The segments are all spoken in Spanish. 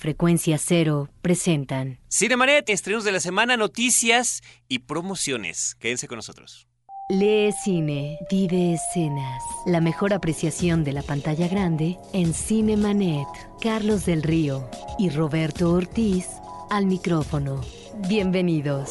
Frecuencia Cero presentan Cinemanet, estrenos de la semana, noticias y promociones. Quédense con nosotros. Lee cine, vive escenas. La mejor apreciación de la pantalla grande en Cinemanet. Carlos del Río y Roberto Ortiz al micrófono. Bienvenidos.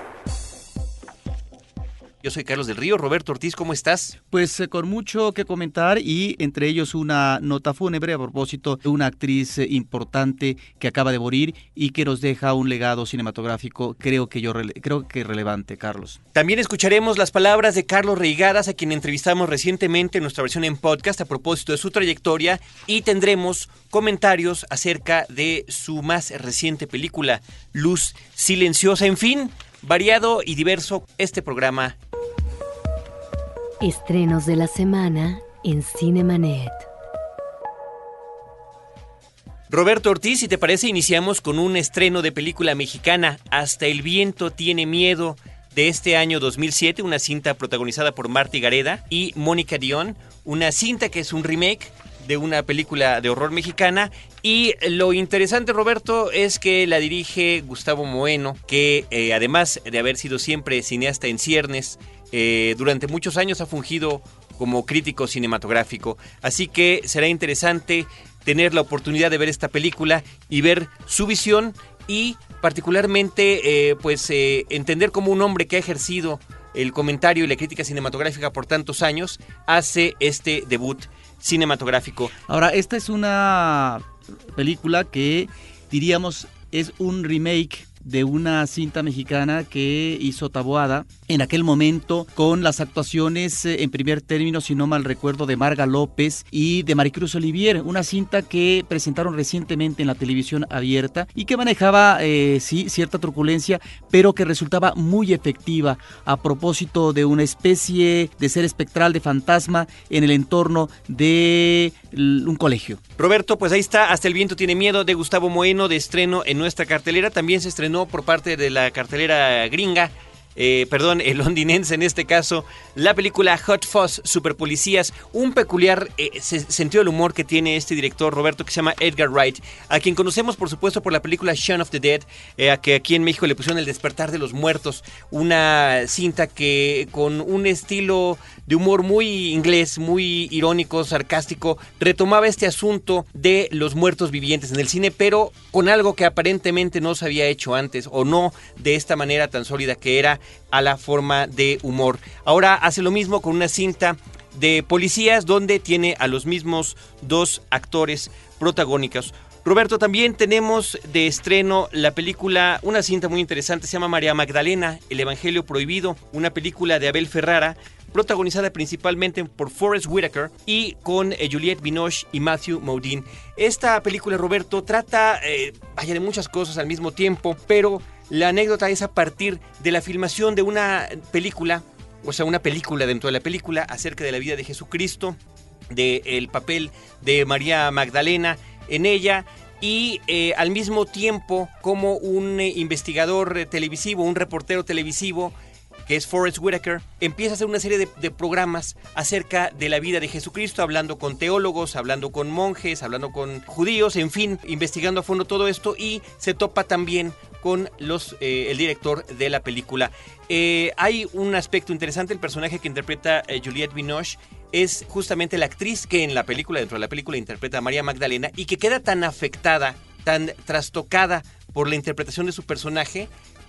Yo soy Carlos del Río. Roberto Ortiz, ¿cómo estás? Pues con mucho que comentar y entre ellos una nota fúnebre a propósito de una actriz importante que acaba de morir y que nos deja un legado cinematográfico creo que relevante, Carlos. También escucharemos las palabras de Carlos Reigadas, a quien entrevistamos recientemente en nuestra versión en podcast a propósito de su trayectoria, y tendremos comentarios acerca de su más reciente película, Luz Silenciosa. En fin, variado y diverso este programa. Estrenos de la semana en Cinemanet. Roberto Ortiz, si te parece, iniciamos con un estreno de película mexicana, Hasta el viento tiene miedo, de este año 2007, una cinta protagonizada por Martí Gareda y Mónica Dion, una cinta que es un remake de una película de horror mexicana. Y lo interesante, Roberto, es que la dirige Gustavo Moeno, que además de haber sido siempre cineasta en ciernes, durante muchos años ha fungido como crítico cinematográfico. Así que será interesante tener la oportunidad de ver esta película y ver su visión y particularmente entender cómo un hombre que ha ejercido el comentario y la crítica cinematográfica por tantos años hace este debut cinematográfico. Ahora, esta es una película que diríamos es un remake de una cinta mexicana que hizo Taboada en aquel momento, con las actuaciones en primer término, si no mal recuerdo, de Marga López y de Maricruz Olivier, una cinta que presentaron recientemente en la televisión abierta y que manejaba cierta truculencia, pero que resultaba muy efectiva a propósito de una especie de ser espectral, de fantasma en el entorno de un colegio. Roberto, pues ahí está, Hasta el viento tiene miedo, de Gustavo Moeno, de estreno en nuestra cartelera. También se estrenó por parte de la cartelera gringa, londinense en este caso, la película Hot Fuzz, Superpolicías, un peculiar sentido del humor que tiene este director, Roberto, que se llama Edgar Wright, a quien conocemos por supuesto por la película Shaun of the Dead, que aquí en México le pusieron El despertar de los muertos, una cinta que con un estilo de humor muy inglés, muy irónico, sarcástico, retomaba este asunto de los muertos vivientes en el cine, pero con algo que aparentemente no se había hecho antes, o no de esta manera tan sólida, que era a la forma de humor. Ahora hace lo mismo con una cinta de policías donde tiene a los mismos dos actores protagónicos. Roberto, también tenemos de estreno la película, una cinta muy interesante, se llama María Magdalena, El Evangelio Prohibido, una película de Abel Ferrara, protagonizada principalmente por Forest Whitaker y con Juliette Binoche y Matthew Modine. Esta película, Roberto, trata de muchas cosas al mismo tiempo, pero la anécdota es a partir de la filmación de una película, una película dentro de la película acerca de la vida de Jesucristo, del papel de María Magdalena en ella, y al mismo tiempo como un investigador televisivo, un reportero televisivo, que es Forest Whitaker, empieza a hacer una serie de programas acerca de la vida de Jesucristo, hablando con teólogos, hablando con monjes, hablando con judíos, en fin, investigando a fondo todo esto, y se topa también con el director de la película. Hay un aspecto interesante, el personaje que interpreta Juliette Binoche es justamente la actriz que en la película, dentro de la película, interpreta a María Magdalena, y que queda tan afectada, tan trastocada por la interpretación de su personaje,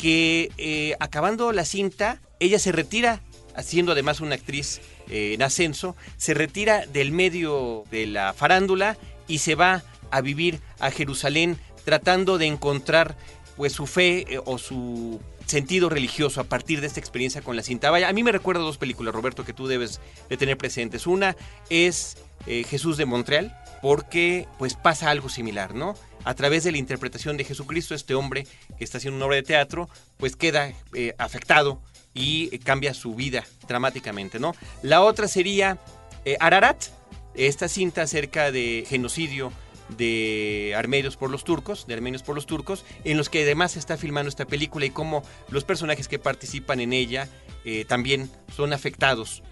que acabando la cinta, ella se retira, siendo además una actriz en ascenso, se retira del medio de la farándula y se va a vivir a Jerusalén, tratando de encontrar pues su fe o su sentido religioso a partir de esta experiencia con la cinta. Vaya, a mí me recuerda dos películas, Roberto, que tú debes de tener presentes. Una es Jesús de Montreal, porque pues pasa algo similar, ¿no? A través de la interpretación de Jesucristo, este hombre que está haciendo una obra de teatro, pues queda afectado y cambia su vida dramáticamente, ¿no? La otra sería Ararat, esta cinta acerca de genocidio de armenios por los turcos, en los que además se está filmando esta película y cómo los personajes que participan en ella también son afectados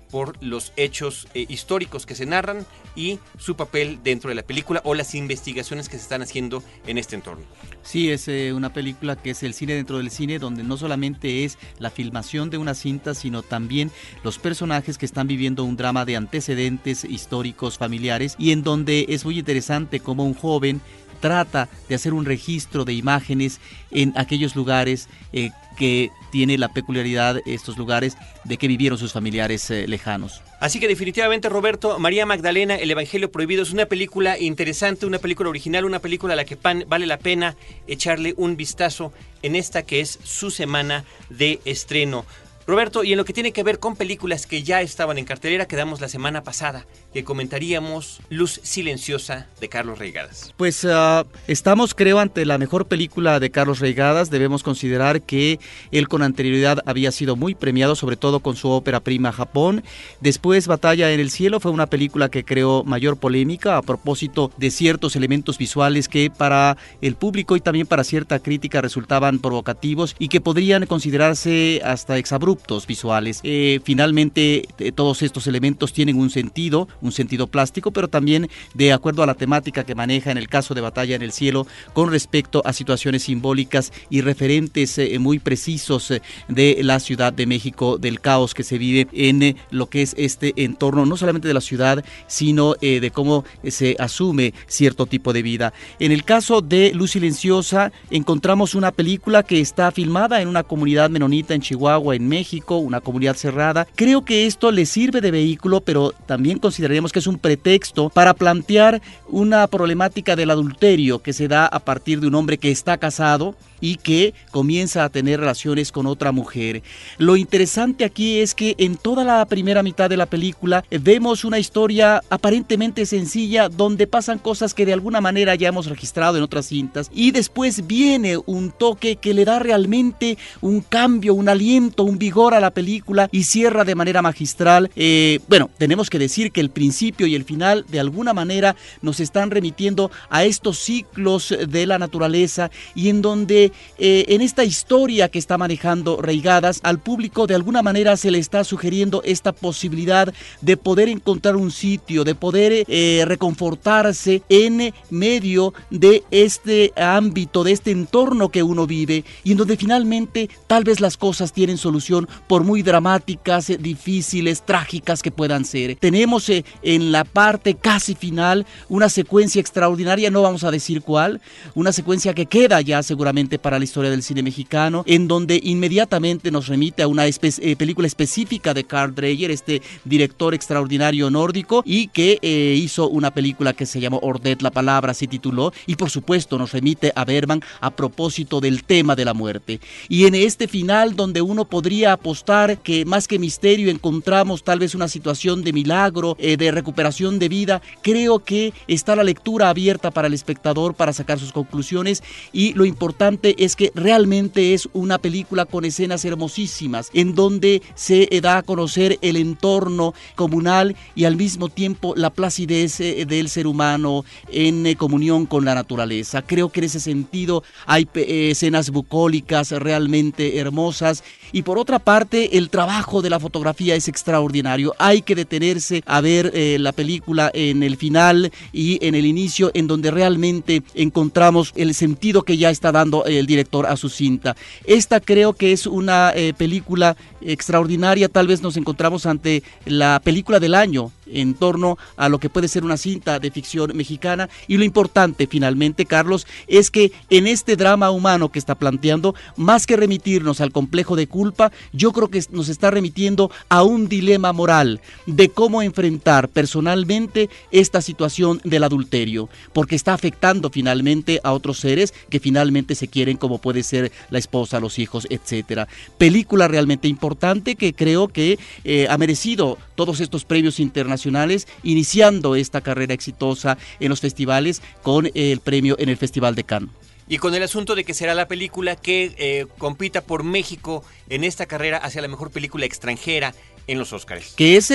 por los hechos históricos que se narran y su papel dentro de la película o las investigaciones que se están haciendo en este entorno. Sí, es una película que es el cine dentro del cine, donde no solamente es la filmación de una cinta, sino también los personajes que están viviendo un drama de antecedentes históricos, familiares, y en donde es muy interesante cómo un joven trata de hacer un registro de imágenes en aquellos lugares que tiene la peculiaridad, estos lugares, de que vivieron sus familiares lejanos. Así que definitivamente, Roberto, María Magdalena, El Evangelio Prohibido es una película interesante, una película original, una película a la que vale la pena echarle un vistazo en esta que es su semana de estreno. Roberto, y en lo que tiene que ver con películas que ya estaban en cartelera, quedamos la semana pasada, que comentaríamos Luz Silenciosa de Carlos Reigadas. Pues estamos, creo, ante la mejor película de Carlos Reigadas. Debemos considerar que él con anterioridad había sido muy premiado, sobre todo con su ópera prima Japón. Después Batalla en el Cielo fue una película que creó mayor polémica a propósito de ciertos elementos visuales que para el público y también para cierta crítica resultaban provocativos y que podrían considerarse hasta exabruptos visuales. Finalmente todos estos elementos tienen un sentido plástico, pero también de acuerdo a la temática que maneja en el caso de Batalla en el Cielo con respecto a situaciones simbólicas y referentes muy precisos de la Ciudad de México, del caos que se vive en lo que es este entorno, no solamente de la ciudad, sino de cómo se asume cierto tipo de vida. En el caso de Luz Silenciosa encontramos una película que está filmada en una comunidad menonita en Chihuahua, en México, una comunidad cerrada. Creo que esto le sirve de vehículo, pero también consideraríamos que es un pretexto para plantear una problemática del adulterio que se da a partir de un hombre que está casado y que comienza a tener relaciones con otra mujer. Lo interesante aquí es que en toda la primera mitad de la película vemos una historia aparentemente sencilla donde pasan cosas que de alguna manera ya hemos registrado en otras cintas y después viene un toque que le da realmente un cambio, un aliento, un vigor a la película y cierra de manera magistral. Bueno, tenemos que decir que el principio y el final de alguna manera nos están remitiendo a estos ciclos de la naturaleza y en donde en esta historia que está manejando Reigadas, al público de alguna manera se le está sugiriendo esta posibilidad de poder encontrar un sitio, de poder reconfortarse en medio de este ámbito, de este entorno que uno vive y en donde finalmente tal vez las cosas tienen solución por muy dramáticas, difíciles, trágicas que puedan ser. Tenemos en la parte casi final una secuencia extraordinaria, no vamos a decir cuál, una secuencia que queda ya seguramente para la historia del cine mexicano, en donde inmediatamente nos remite a una película específica de Carl Dreyer, este director extraordinario nórdico, y que hizo una película que se llamó Ordet, la palabra se tituló, y por supuesto nos remite a Bergman a propósito del tema de la muerte. Y en este final donde uno podría apostar que más que misterio encontramos tal vez una situación de milagro, de recuperación de vida, creo que está la lectura abierta para el espectador para sacar sus conclusiones y lo importante es que realmente es una película con escenas hermosísimas en donde se da a conocer el entorno comunal y al mismo tiempo la placidez del ser humano en comunión con la naturaleza. Creo que en ese sentido hay escenas bucólicas realmente hermosas y por otra parte el trabajo de la fotografía es extraordinario. Hay que detenerse a ver la película en el final y en el inicio en donde realmente encontramos el sentido que ya está dando el director a su cinta. Esta creo que es una película extraordinaria, tal vez nos encontramos ante la película del año en torno a lo que puede ser una cinta de ficción mexicana y lo importante finalmente, Carlos, es que en este drama humano que está planteando, más que remitirnos al complejo de culpa, yo creo que nos está remitiendo a un dilema moral de cómo enfrentar personalmente esta situación del adulterio, porque está afectando finalmente a otros seres que finalmente se quieren, como puede ser la esposa, los hijos, etcétera. Película realmente importante que creo que ha merecido todos estos premios internacionales, iniciando esta carrera exitosa en los festivales con el premio en el Festival de Cannes. Y con el asunto de que será la película que compita por México en esta carrera hacia la mejor película extranjera en los Óscares. Que ese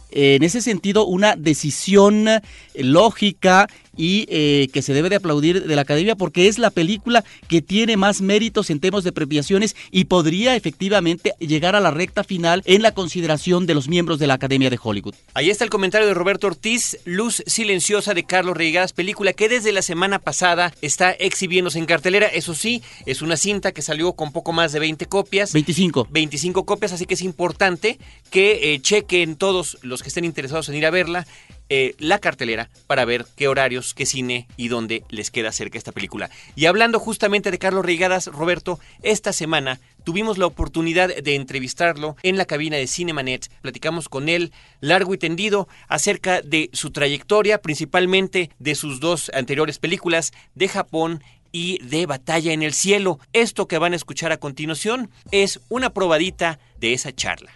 en ese sentido una decisión lógica y que se debe de aplaudir de la Academia, porque es la película que tiene más méritos en temas de premiaciones y podría efectivamente llegar a la recta final en la consideración de los miembros de la Academia de Hollywood. Ahí está el comentario de Roberto Ortiz, Luz Silenciosa de Carlos Reigadas, película que desde la semana pasada está exhibiéndose en cartelera. Eso sí, es una cinta que salió con poco más de 20 copias. 25 copias, así que es importante que chequen todos los que estén interesados en ir a verla, la cartelera, para ver qué horarios, qué cine y dónde les queda cerca esta película. Y hablando justamente de Carlos Reigadas, Roberto, esta semana tuvimos la oportunidad de entrevistarlo en la cabina de Cinemanet. Platicamos con él largo y tendido acerca de su trayectoria, principalmente de sus 2 anteriores películas, de Japón y de Batalla en el Cielo. Esto que van a escuchar a continuación es una probadita de esa charla.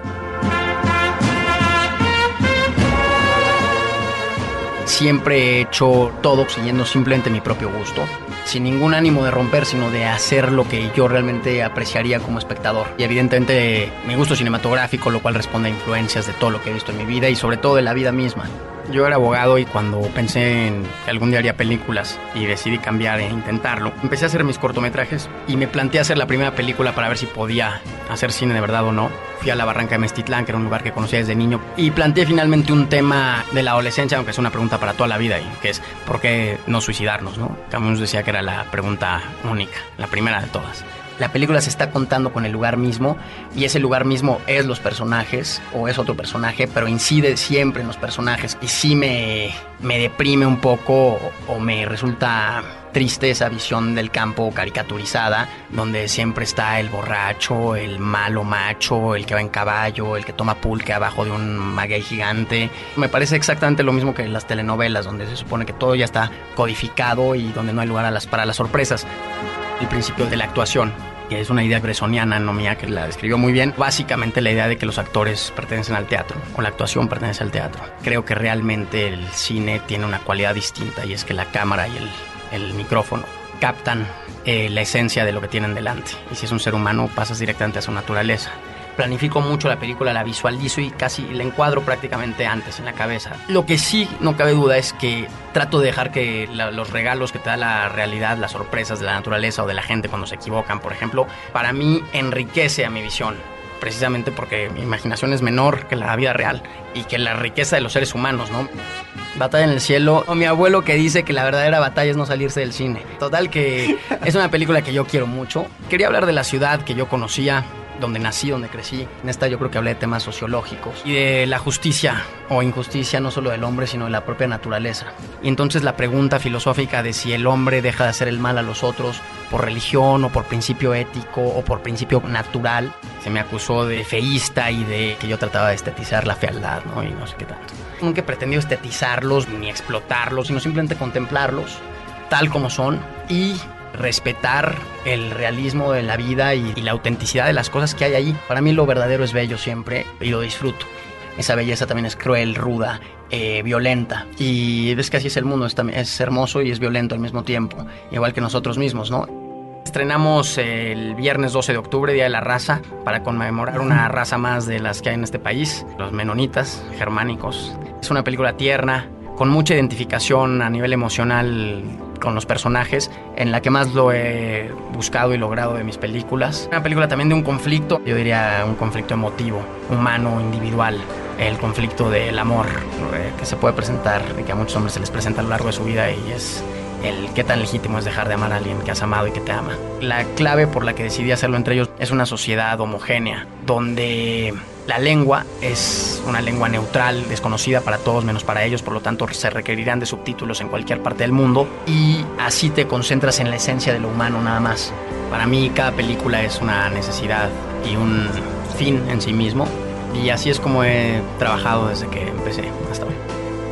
Siempre he hecho todo siguiendo simplemente mi propio gusto, sin ningún ánimo de romper, sino de hacer lo que yo realmente apreciaría como espectador. Y evidentemente mi gusto cinematográfico, lo cual responde a influencias de todo lo que he visto en mi vida y sobre todo de la vida misma. Yo era abogado y cuando pensé en que algún día haría películas y decidí cambiar e intentarlo, empecé a hacer mis cortometrajes y me planteé hacer la primera película para ver si podía hacer cine de verdad o no. Fui a la Barranca de Meztitlán, que era un lugar que conocía desde niño, y planteé finalmente un tema de la adolescencia, aunque es una pregunta para toda la vida, y que es ¿por qué no suicidarnos, no? Camus decía que era la pregunta única, la primera de todas. La película se está contando con el lugar mismo y ese lugar mismo es los personajes o es otro personaje, pero incide siempre en los personajes y sí me deprime un poco o me resulta triste esa visión del campo caricaturizada donde siempre está el borracho, el malo macho, el que va en caballo, el que toma pulque abajo de un maguey gigante. Me parece exactamente lo mismo que en las telenovelas donde se supone que todo ya está codificado y donde no hay lugar para las sorpresas. El principio de la actuación, que es una idea bressoniana, no mía, que la describió muy bien. Básicamente la idea de que los actores pertenecen al teatro, o la actuación pertenece al teatro. Creo que realmente el cine tiene una cualidad distinta y es que la cámara y el micrófono captan la esencia de lo que tienen delante. Y si es un ser humano, pasas directamente a su naturaleza. Planifico mucho la película, la visualizo y casi la encuadro prácticamente antes en la cabeza. Lo que sí, no cabe duda, es que trato de dejar que los regalos que te da la realidad, las sorpresas de la naturaleza o de la gente cuando se equivocan, por ejemplo, para mí enriquece a mi visión. Precisamente porque mi imaginación es menor que la vida real y que la riqueza de los seres humanos, ¿no? Batalla en el Cielo, o mi abuelo que dice que la verdadera batalla es no salirse del cine. Total que es una película que yo quiero mucho. Quería hablar de la ciudad que yo conocía, donde nací, donde crecí. En esta yo creo que hablé de temas sociológicos y de la justicia o injusticia no solo del hombre, sino de la propia naturaleza. Y entonces la pregunta filosófica de si el hombre deja de hacer el mal a los otros por religión o por principio ético o por principio natural. Se me acusó de feísta y de que yo trataba de estetizar la fealdad, ¿no? Y no sé qué tanto. Nunca he pretendido estetizarlos ni explotarlos, sino simplemente contemplarlos tal como son y respetar el realismo de la vida y la autenticidad de las cosas que hay ahí. Para mí lo verdadero es bello siempre y lo disfruto. Esa belleza también es cruel, ruda, violenta. Y ves que así es el mundo, es hermoso y es violento al mismo tiempo, igual que nosotros mismos, ¿no? Estrenamos el viernes 12 de octubre, Día de la Raza, para conmemorar una raza más de las que hay en este país, los menonitas germánicos. Es una película tierna, con mucha identificación a nivel emocional con los personajes, en la que más lo he buscado y logrado de mis películas. Una película también de un conflicto, yo diría un conflicto emotivo, humano, individual. El conflicto del amor que se puede presentar, que a muchos hombres se les presenta a lo largo de su vida, y es el qué tan legítimo es dejar de amar a alguien que has amado y que te ama. La clave por la que decidí hacerlo entre ellos es una sociedad homogénea, donde la lengua es una lengua neutral, desconocida para todos menos para ellos, por lo tanto se requerirán de subtítulos en cualquier parte del mundo y así te concentras en la esencia de lo humano nada más. Para mí cada película es una necesidad y un fin en sí mismo y así es como he trabajado desde que empecé hasta hoy.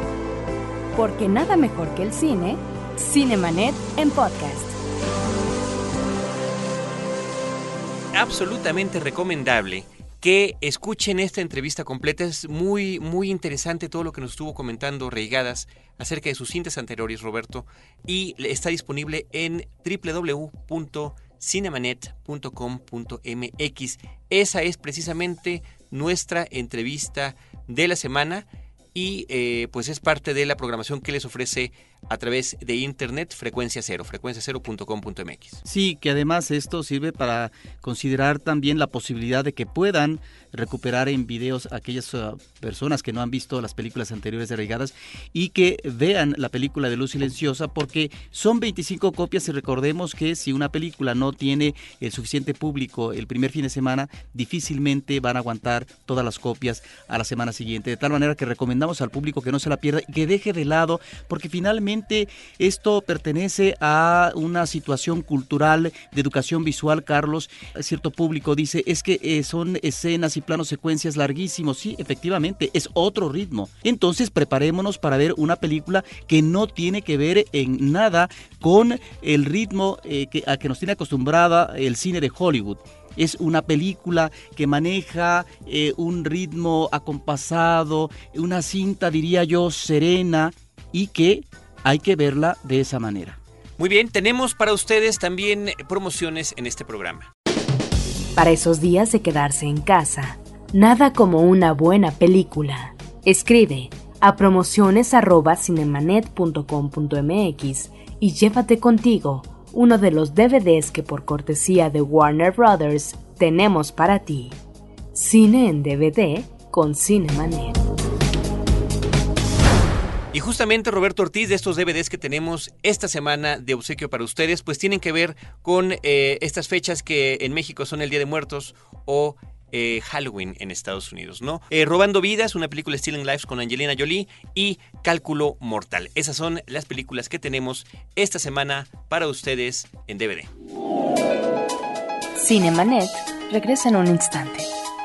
Porque nada mejor que el cine, Cinemanet en podcast. Absolutamente recomendable que escuchen esta entrevista completa. Es muy, muy interesante todo lo que nos estuvo comentando Reigadas acerca de sus cintas anteriores, Roberto, y está disponible en www.cinemanet.com.mx. Esa es precisamente nuestra entrevista de la semana y pues es parte de la programación que les ofrece a través de internet Frecuencia Cero, frecuenciacero.com.mx. Sí, que además esto sirve para considerar también la posibilidad de que puedan recuperar en videos a aquellas personas que no han visto las películas anteriores de Reigadas y que vean la película de Luz Silenciosa, porque son 25 copias y recordemos que si una película no tiene el suficiente público el primer fin de semana, difícilmente van a aguantar todas las copias a la semana siguiente, de tal manera que recomendamos al público que no se la pierda y que deje de lado, porque finalmente esto pertenece a una situación cultural de educación visual, Carlos. Cierto público dice, es que son escenas y planos secuencias larguísimos. Sí, efectivamente, es otro ritmo. Entonces preparémonos para ver una película que no tiene que ver en nada con el ritmo a que nos tiene acostumbrada el cine de Hollywood. Es una película que maneja un ritmo acompasado, una cinta, diría yo, serena, y que hay que verla de esa manera. Muy bien, tenemos para ustedes también promociones en este programa. Para esos días de quedarse en casa, nada como una buena película. Escribe a promociones@cinemanet.com.mx y llévate contigo uno de los DVDs que por cortesía de Warner Brothers tenemos para ti. Cine en DVD con Cinemanet. Y justamente, Roberto Ortiz, de estos DVDs que tenemos esta semana de obsequio para ustedes, pues tienen que ver con estas fechas que en México son el Día de Muertos o Halloween en Estados Unidos, ¿no? Robando Vidas, una película Stealing Lives con Angelina Jolie, y Cálculo Mortal. Esas son las películas que tenemos esta semana para ustedes en DVD. Cinemanet regresa en un instante.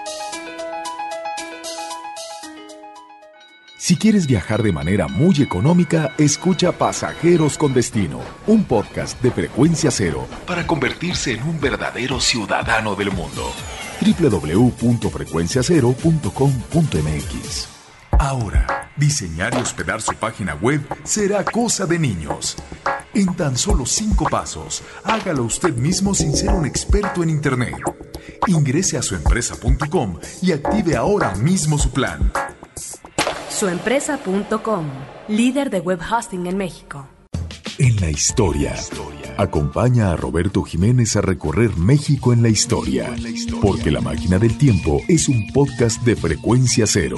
Si quieres viajar de manera muy económica, escucha Pasajeros con Destino, un podcast de Frecuencia Cero para convertirse en un verdadero ciudadano del mundo. www.frecuenciacero.com.mx. Ahora, diseñar y hospedar su página web será cosa de niños. En tan solo 5 pasos, hágalo usted mismo sin ser un experto en Internet. Ingrese a suempresa.com y active ahora mismo su plan. Suempresa.com, líder de web hosting en México. En la historia. Acompaña a Roberto Jiménez a recorrer México en la historia. Porque La Máquina del Tiempo es un podcast de Frecuencia Cero.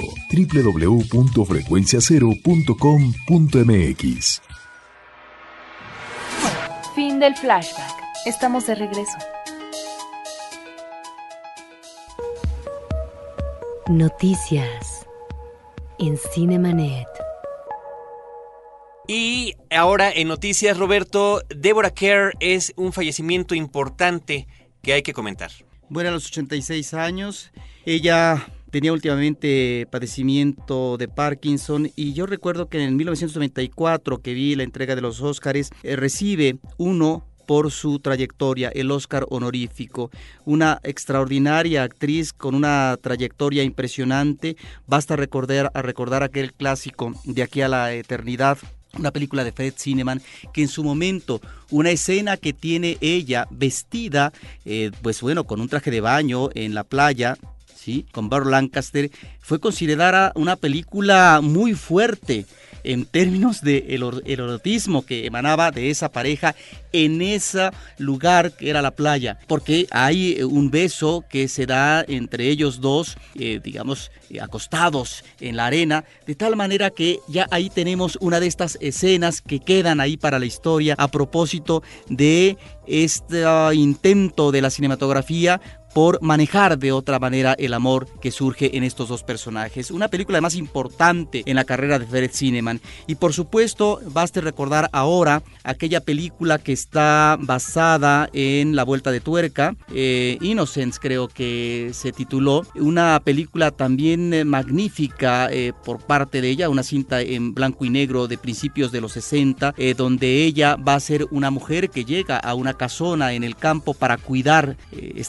www.frecuenciacero.com.mx. Fin del flashback. Estamos de regreso. Noticias en Cinemanet. Y ahora en noticias, Roberto, Deborah Kerr es un fallecimiento importante que hay que comentar. Muere a los 86 años. Ella tenía últimamente padecimiento de Parkinson y yo recuerdo que en 1994 que vi la entrega de los Óscares, recibe uno por su trayectoria, el Óscar honorífico. Una extraordinaria actriz con una trayectoria impresionante. Basta recordar aquel clásico De aquí a la eternidad, una película de Fred Zinnemann, que en su momento, una escena que tiene ella vestida, con un traje de baño en la playa, ¿sí?, con Burt Lancaster, fue considerada una película muy fuerte en términos de el erotismo que emanaba de esa pareja en ese lugar que era la playa, porque hay un beso que se da entre ellos dos, acostados en la arena, de tal manera que ya ahí tenemos una de estas escenas que quedan ahí para la historia a propósito de este intento de la cinematografía por manejar de otra manera el amor que surge en estos dos personajes. Una película además importante en la carrera de Fred Zinnemann. Y por supuesto, baste recordar ahora aquella película que está basada en La Vuelta de Tuerca, Innocence creo que se tituló, una película también magnífica por parte de ella, una cinta en blanco y negro de principios de los 60, donde ella va a ser una mujer que llega a una casona en el campo para cuidar, estar a cargo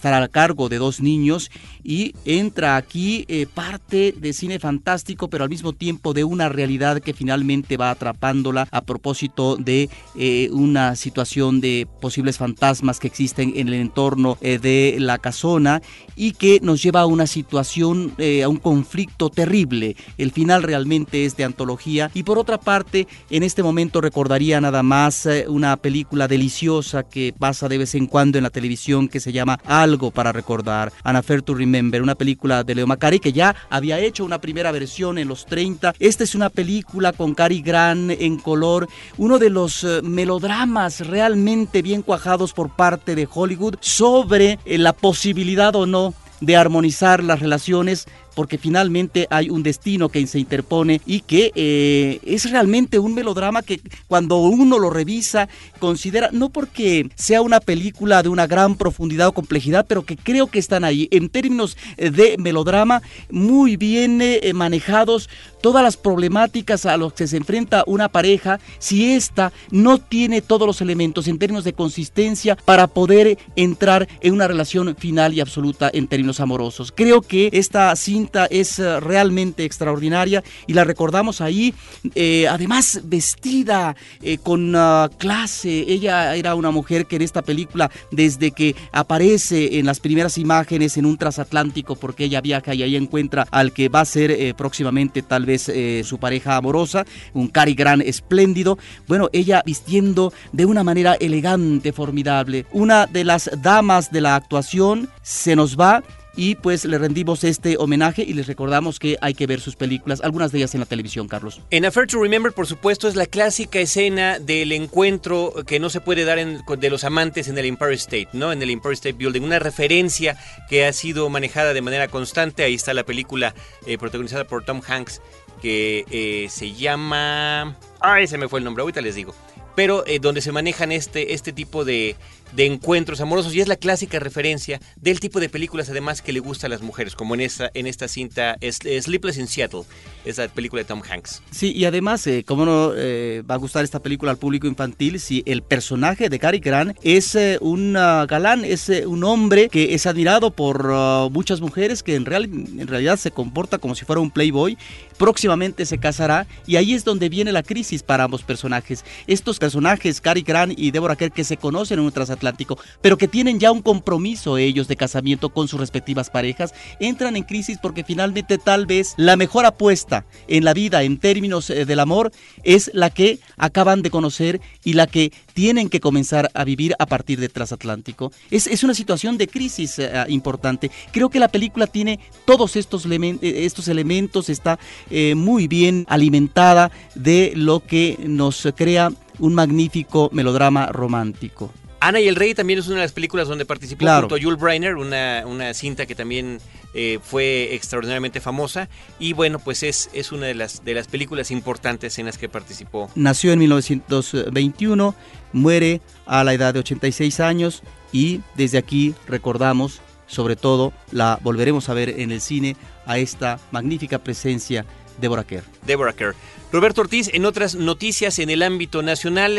cargo de 2 niños, y entra aquí parte de cine fantástico, pero al mismo tiempo de una realidad que finalmente va atrapándola a propósito de una situación de posibles fantasmas que existen en el entorno de la casona, y que nos lleva a una situación, a un conflicto terrible. El final realmente es de antología. Y por otra parte, en este momento recordaría nada más una película deliciosa que pasa de vez en cuando en la televisión, que se llama Algo para recordar, An Affair to Remember, una película de Leo Macari que ya había hecho una primera versión en los 30. Esta es una película con Cary Grant en color, uno de los melodramas realmente bien cuajados por parte de Hollywood sobre la posibilidad o no de armonizar las relaciones, porque finalmente hay un destino que se interpone, y que es realmente un melodrama que cuando uno lo revisa considera, no porque sea una película de una gran profundidad o complejidad, pero que creo que están ahí en términos de melodrama muy bien manejados todas las problemáticas a las que se enfrenta una pareja si ésta no tiene todos los elementos en términos de consistencia para poder entrar en una relación final y absoluta en términos amorosos. Creo que esta cinta es realmente extraordinaria y la recordamos ahí, además vestida con clase. Ella era una mujer que en esta película, desde que aparece en las primeras imágenes en un transatlántico, porque ella viaja y ahí encuentra al que va a ser próximamente tal vez su pareja amorosa, un Cary Grant espléndido. Bueno, ella vistiendo de una manera elegante, formidable. Una de las damas de la actuación se nos va, y pues le rendimos este homenaje y les recordamos que hay que ver sus películas, algunas de ellas en la televisión, Carlos. En Affair to Remember, por supuesto, es la clásica escena del encuentro que no se puede dar de los amantes en el Empire State, ¿no? En el Empire State Building, una referencia que ha sido manejada de manera constante. Ahí está la película protagonizada por Tom Hanks, que se llama... ¡Ay, se me fue el nombre! Ahorita les digo. Pero donde se manejan este tipo de encuentros amorosos, y es la clásica referencia del tipo de películas además que le gusta a las mujeres, como en esta cinta Sleepless in Seattle, esa película de Tom Hanks. Sí, y además, ¿cómo no va a gustar esta película al público infantil si el personaje de Cary Grant es un galán, es un hombre que es admirado por muchas mujeres, que en realidad se comporta como si fuera un playboy? Próximamente se casará, y ahí es donde viene la crisis para ambos personajes. Estos personajes, Cary Grant y Deborah Kerr, que se conocen en un transatlántico, pero que tienen ya un compromiso ellos de casamiento con sus respectivas parejas, entran en crisis porque finalmente tal vez la mejor apuesta en la vida en términos del amor es la que acaban de conocer y la que tienen que comenzar a vivir a partir de transatlántico. Es una situación de crisis importante. Creo que la película tiene todos estos elementos, está muy bien alimentada de lo que nos crea un magnífico melodrama romántico. Ana y el Rey también es una de las películas donde participó, claro, junto a Yul Brynner, una cinta que también fue extraordinariamente famosa, y bueno, pues es una de las películas importantes en las que participó. Nació en 1921, muere a la edad de 86 años, y desde aquí recordamos, sobre todo, la volveremos a ver en el cine, a esta magnífica presencia, Deborah Kerr. Deborah Kerr. Roberto Ortiz, en otras noticias en el ámbito nacional,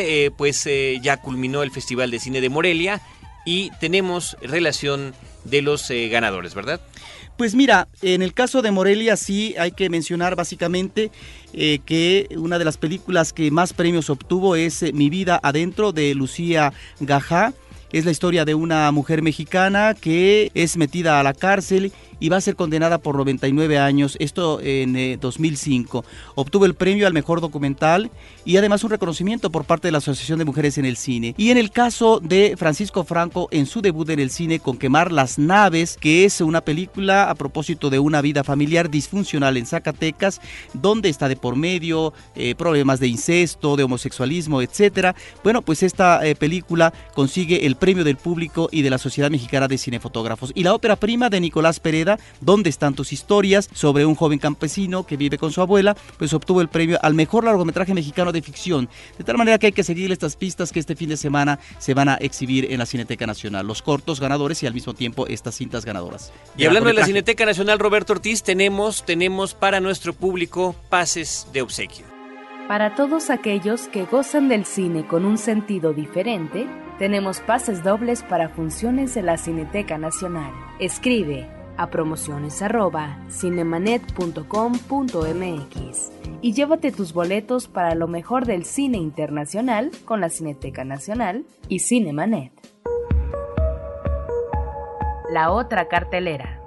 ya culminó el Festival de Cine de Morelia y tenemos relación de los ganadores, ¿verdad? Pues mira, en el caso de Morelia sí hay que mencionar básicamente que una de las películas que más premios obtuvo es Mi vida adentro, de Lucía Gajá. Es la historia de una mujer mexicana que es metida a la cárcel y va a ser condenada por 99 años, esto en 2005. Obtuvo el premio al mejor documental y además un reconocimiento por parte de la Asociación de Mujeres en el Cine. Y en el caso de Francisco Franco, en su debut en el cine con Quemar las Naves, que es una película a propósito de una vida familiar disfuncional en Zacatecas, donde está de por medio problemas de incesto, de homosexualismo, etcétera. Bueno, pues esta película consigue el premio del público y de la Sociedad Mexicana de Cinefotógrafos. Y la ópera prima de Nicolás Pereda, ¿Dónde están tus historias?, sobre un joven campesino que vive con su abuela, pues obtuvo el premio al mejor largometraje mexicano de ficción. De tal manera que hay que seguir estas pistas que este fin de semana se van a exhibir en la Cineteca Nacional. Los cortos ganadores y al mismo tiempo estas cintas ganadoras. Y hablando de la Cineteca Nacional, Roberto Ortiz, tenemos para nuestro público pases de obsequio. Para todos aquellos que gozan del cine con un sentido diferente, Tenemos pases dobles para funciones de la Cineteca Nacional. Escribe a promociones@cinemanet.com.mx y llévate tus boletos para lo mejor del cine internacional con la Cineteca Nacional y Cinemanet. La otra cartelera.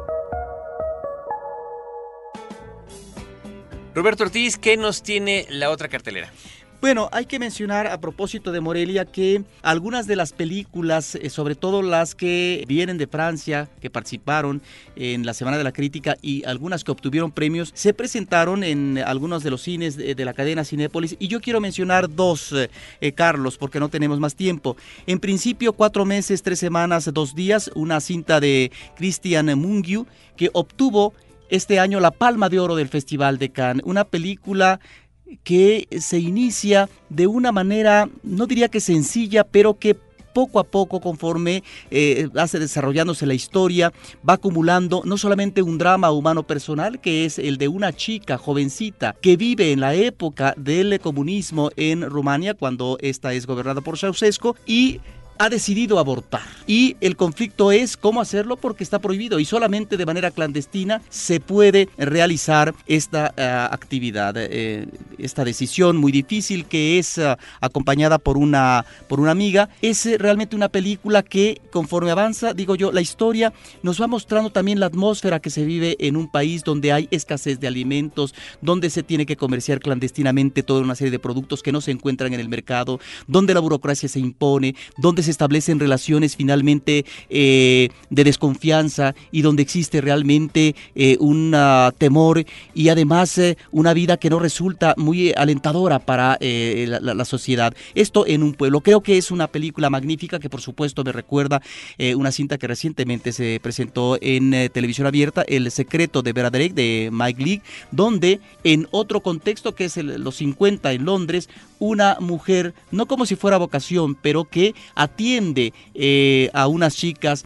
Roberto Ortiz, ¿qué nos tiene la otra cartelera? Bueno, hay que mencionar a propósito de Morelia que algunas de las películas, sobre todo las que vienen de Francia, que participaron en la Semana de la Crítica y algunas que obtuvieron premios, se presentaron en algunos de los cines de la cadena Cinépolis. Y yo quiero mencionar dos, Carlos, porque no tenemos más tiempo. En principio, 4 meses, 3 semanas, 2 días, una cinta de Christian Mungiu que obtuvo este año la Palma de Oro del Festival de Cannes. Una película que se inicia de una manera, no diría que sencilla, pero que poco a poco, conforme hace desarrollándose la historia, va acumulando no solamente un drama humano personal, que es el de una chica jovencita que vive en la época del comunismo en Rumania, cuando esta es gobernada por Ceausescu, y ha decidido abortar. Y el conflicto es cómo hacerlo, porque está prohibido y solamente de manera clandestina se puede realizar esta actividad, esta decisión muy difícil, que es acompañada por una amiga. Es realmente una película que, conforme avanza, digo yo, la historia nos va mostrando también la atmósfera que se vive en un país donde hay escasez de alimentos, donde se tiene que comerciar clandestinamente toda una serie de productos que no se encuentran en el mercado, donde la burocracia se impone, donde se establecen relaciones finalmente de desconfianza y donde existe realmente un temor y además una vida que no resulta muy alentadora para la sociedad. Esto en un pueblo. Creo que es una película magnífica que por supuesto me recuerda una cinta que recientemente se presentó en televisión abierta, El secreto de Vera Drake, de Mike Leigh, donde en otro contexto, que es los 50 en Londres, una mujer, no como si fuera vocación, pero que atiende a unas chicas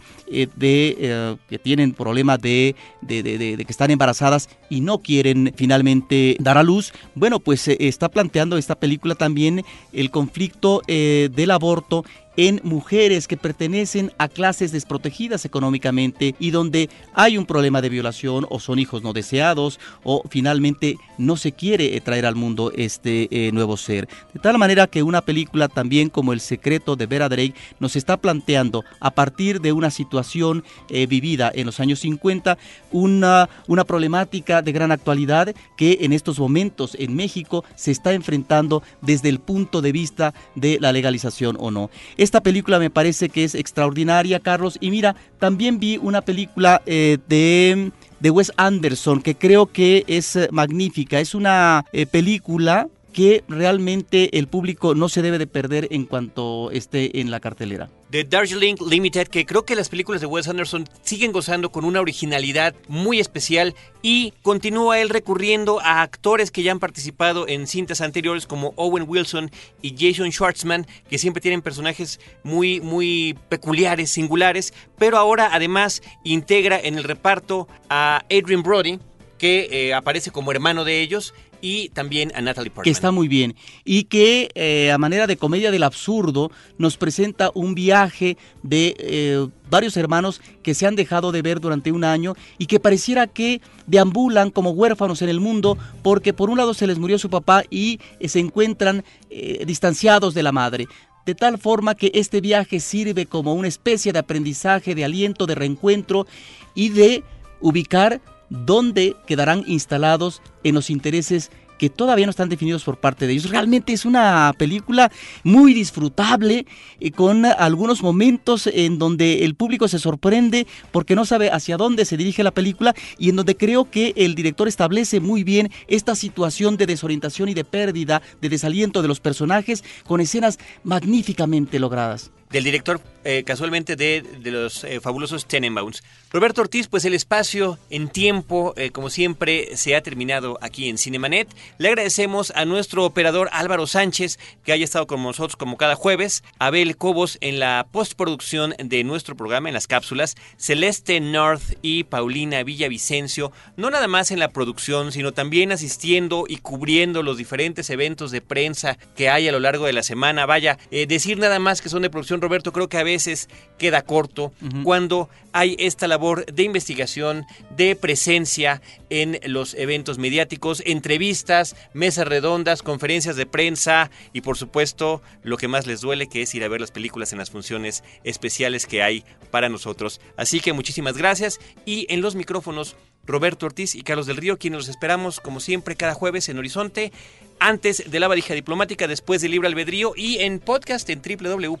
que tienen problemas de que están embarazadas y no quieren finalmente dar a luz. Bueno, pues está planteando esta película también el conflicto del aborto en mujeres que pertenecen a clases desprotegidas económicamente y donde hay un problema de violación o son hijos no deseados o finalmente no se quiere traer al mundo este nuevo ser. De tal manera que una película también como El secreto de Vera Drake nos está planteando, a partir de una situación vivida en los años 50, una problemática de gran actualidad que en estos momentos en México se está enfrentando desde el punto de vista de la legalización o no. Esta película me parece que es extraordinaria, Carlos, y mira, también vi una película de Wes Anderson que creo que es magnífica. Es una película que realmente el público no se debe de perder en cuanto esté en la cartelera. The Darjeeling Limited, que creo que las películas de Wes Anderson siguen gozando con una originalidad muy especial y continúa él recurriendo a actores que ya han participado en cintas anteriores como Owen Wilson y Jason Schwartzman, que siempre tienen personajes muy, muy peculiares, singulares, pero ahora además integra en el reparto a Adrien Brody, que aparece como hermano de ellos, y también a Natalie Portman. Que está muy bien y que a manera de comedia del absurdo nos presenta un viaje de varios hermanos que se han dejado de ver durante un año y que pareciera que deambulan como huérfanos en el mundo porque por un lado se les murió su papá y se encuentran distanciados de la madre. De tal forma que este viaje sirve como una especie de aprendizaje, de aliento, de reencuentro y de ubicar dónde quedarán instalados en los intereses que todavía no están definidos por parte de ellos. Realmente es una película muy disfrutable, con algunos momentos en donde el público se sorprende porque no sabe hacia dónde se dirige la película y en donde creo que el director establece muy bien esta situación de desorientación y de pérdida, de desaliento de los personajes, con escenas magníficamente logradas. Del director, casualmente, de los fabulosos Tenenbaums. Roberto Ortiz, pues el espacio en tiempo, como siempre, se ha terminado aquí en Cinemanet. Le agradecemos a nuestro operador Álvaro Sánchez, que haya estado con nosotros como cada jueves, Abel Cobos en la postproducción de nuestro programa, en las cápsulas, Celeste North y Paulina Villavicencio, no nada más en la producción, sino también asistiendo y cubriendo los diferentes eventos de prensa que hay a lo largo de la semana. Vaya, decir nada más que son de producción buen Roberto, creo que a veces queda corto cuando hay esta labor de investigación, de presencia en los eventos mediáticos, entrevistas, mesas redondas, conferencias de prensa y por supuesto lo que más les duele, que es ir a ver las películas en las funciones especiales que hay para nosotros. Así que muchísimas gracias, y en los micrófonos Roberto Ortiz y Carlos del Río, quienes los esperamos como siempre cada jueves en Horizonte, antes de La Valija Diplomática, después de Libre Albedrío, y en podcast en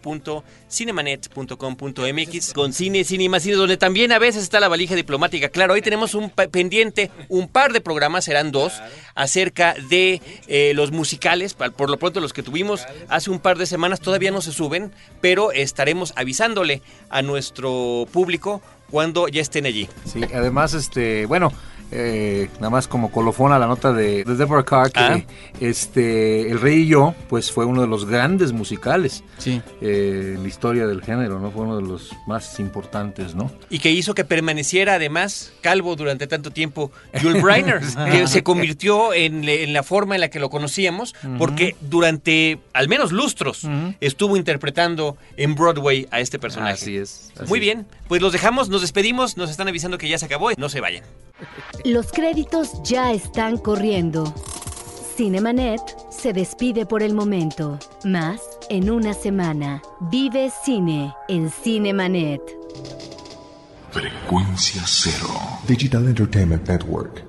www.cinemanet.com.mx con cine y más cine, donde también a veces está La Valija Diplomática. Claro, hoy tenemos un pendiente, un par de programas, serán 2, acerca de los musicales. Por lo pronto los que tuvimos hace un par de semanas todavía no se suben, pero estaremos avisándole a nuestro público cuando ya estén allí. Sí, además, nada más como colofón a la nota de Deborah Carr, que El Rey y Yo, pues fue uno de los grandes musicales en la historia del género, ¿no? Fue uno de los más importantes, ¿no? Y que hizo que permaneciera además calvo durante tanto tiempo Yul Brynner, que se convirtió en la forma en la que lo conocíamos, porque durante al menos lustros estuvo interpretando en Broadway a este personaje. Así es. Muy bien, pues los dejamos, nos despedimos, nos están avisando que ya se acabó, no se vayan. Los créditos ya están corriendo. Cinemanet se despide por el momento. Más en una semana. Vive cine en Cinemanet. Frecuencia Cero. Digital Entertainment Network.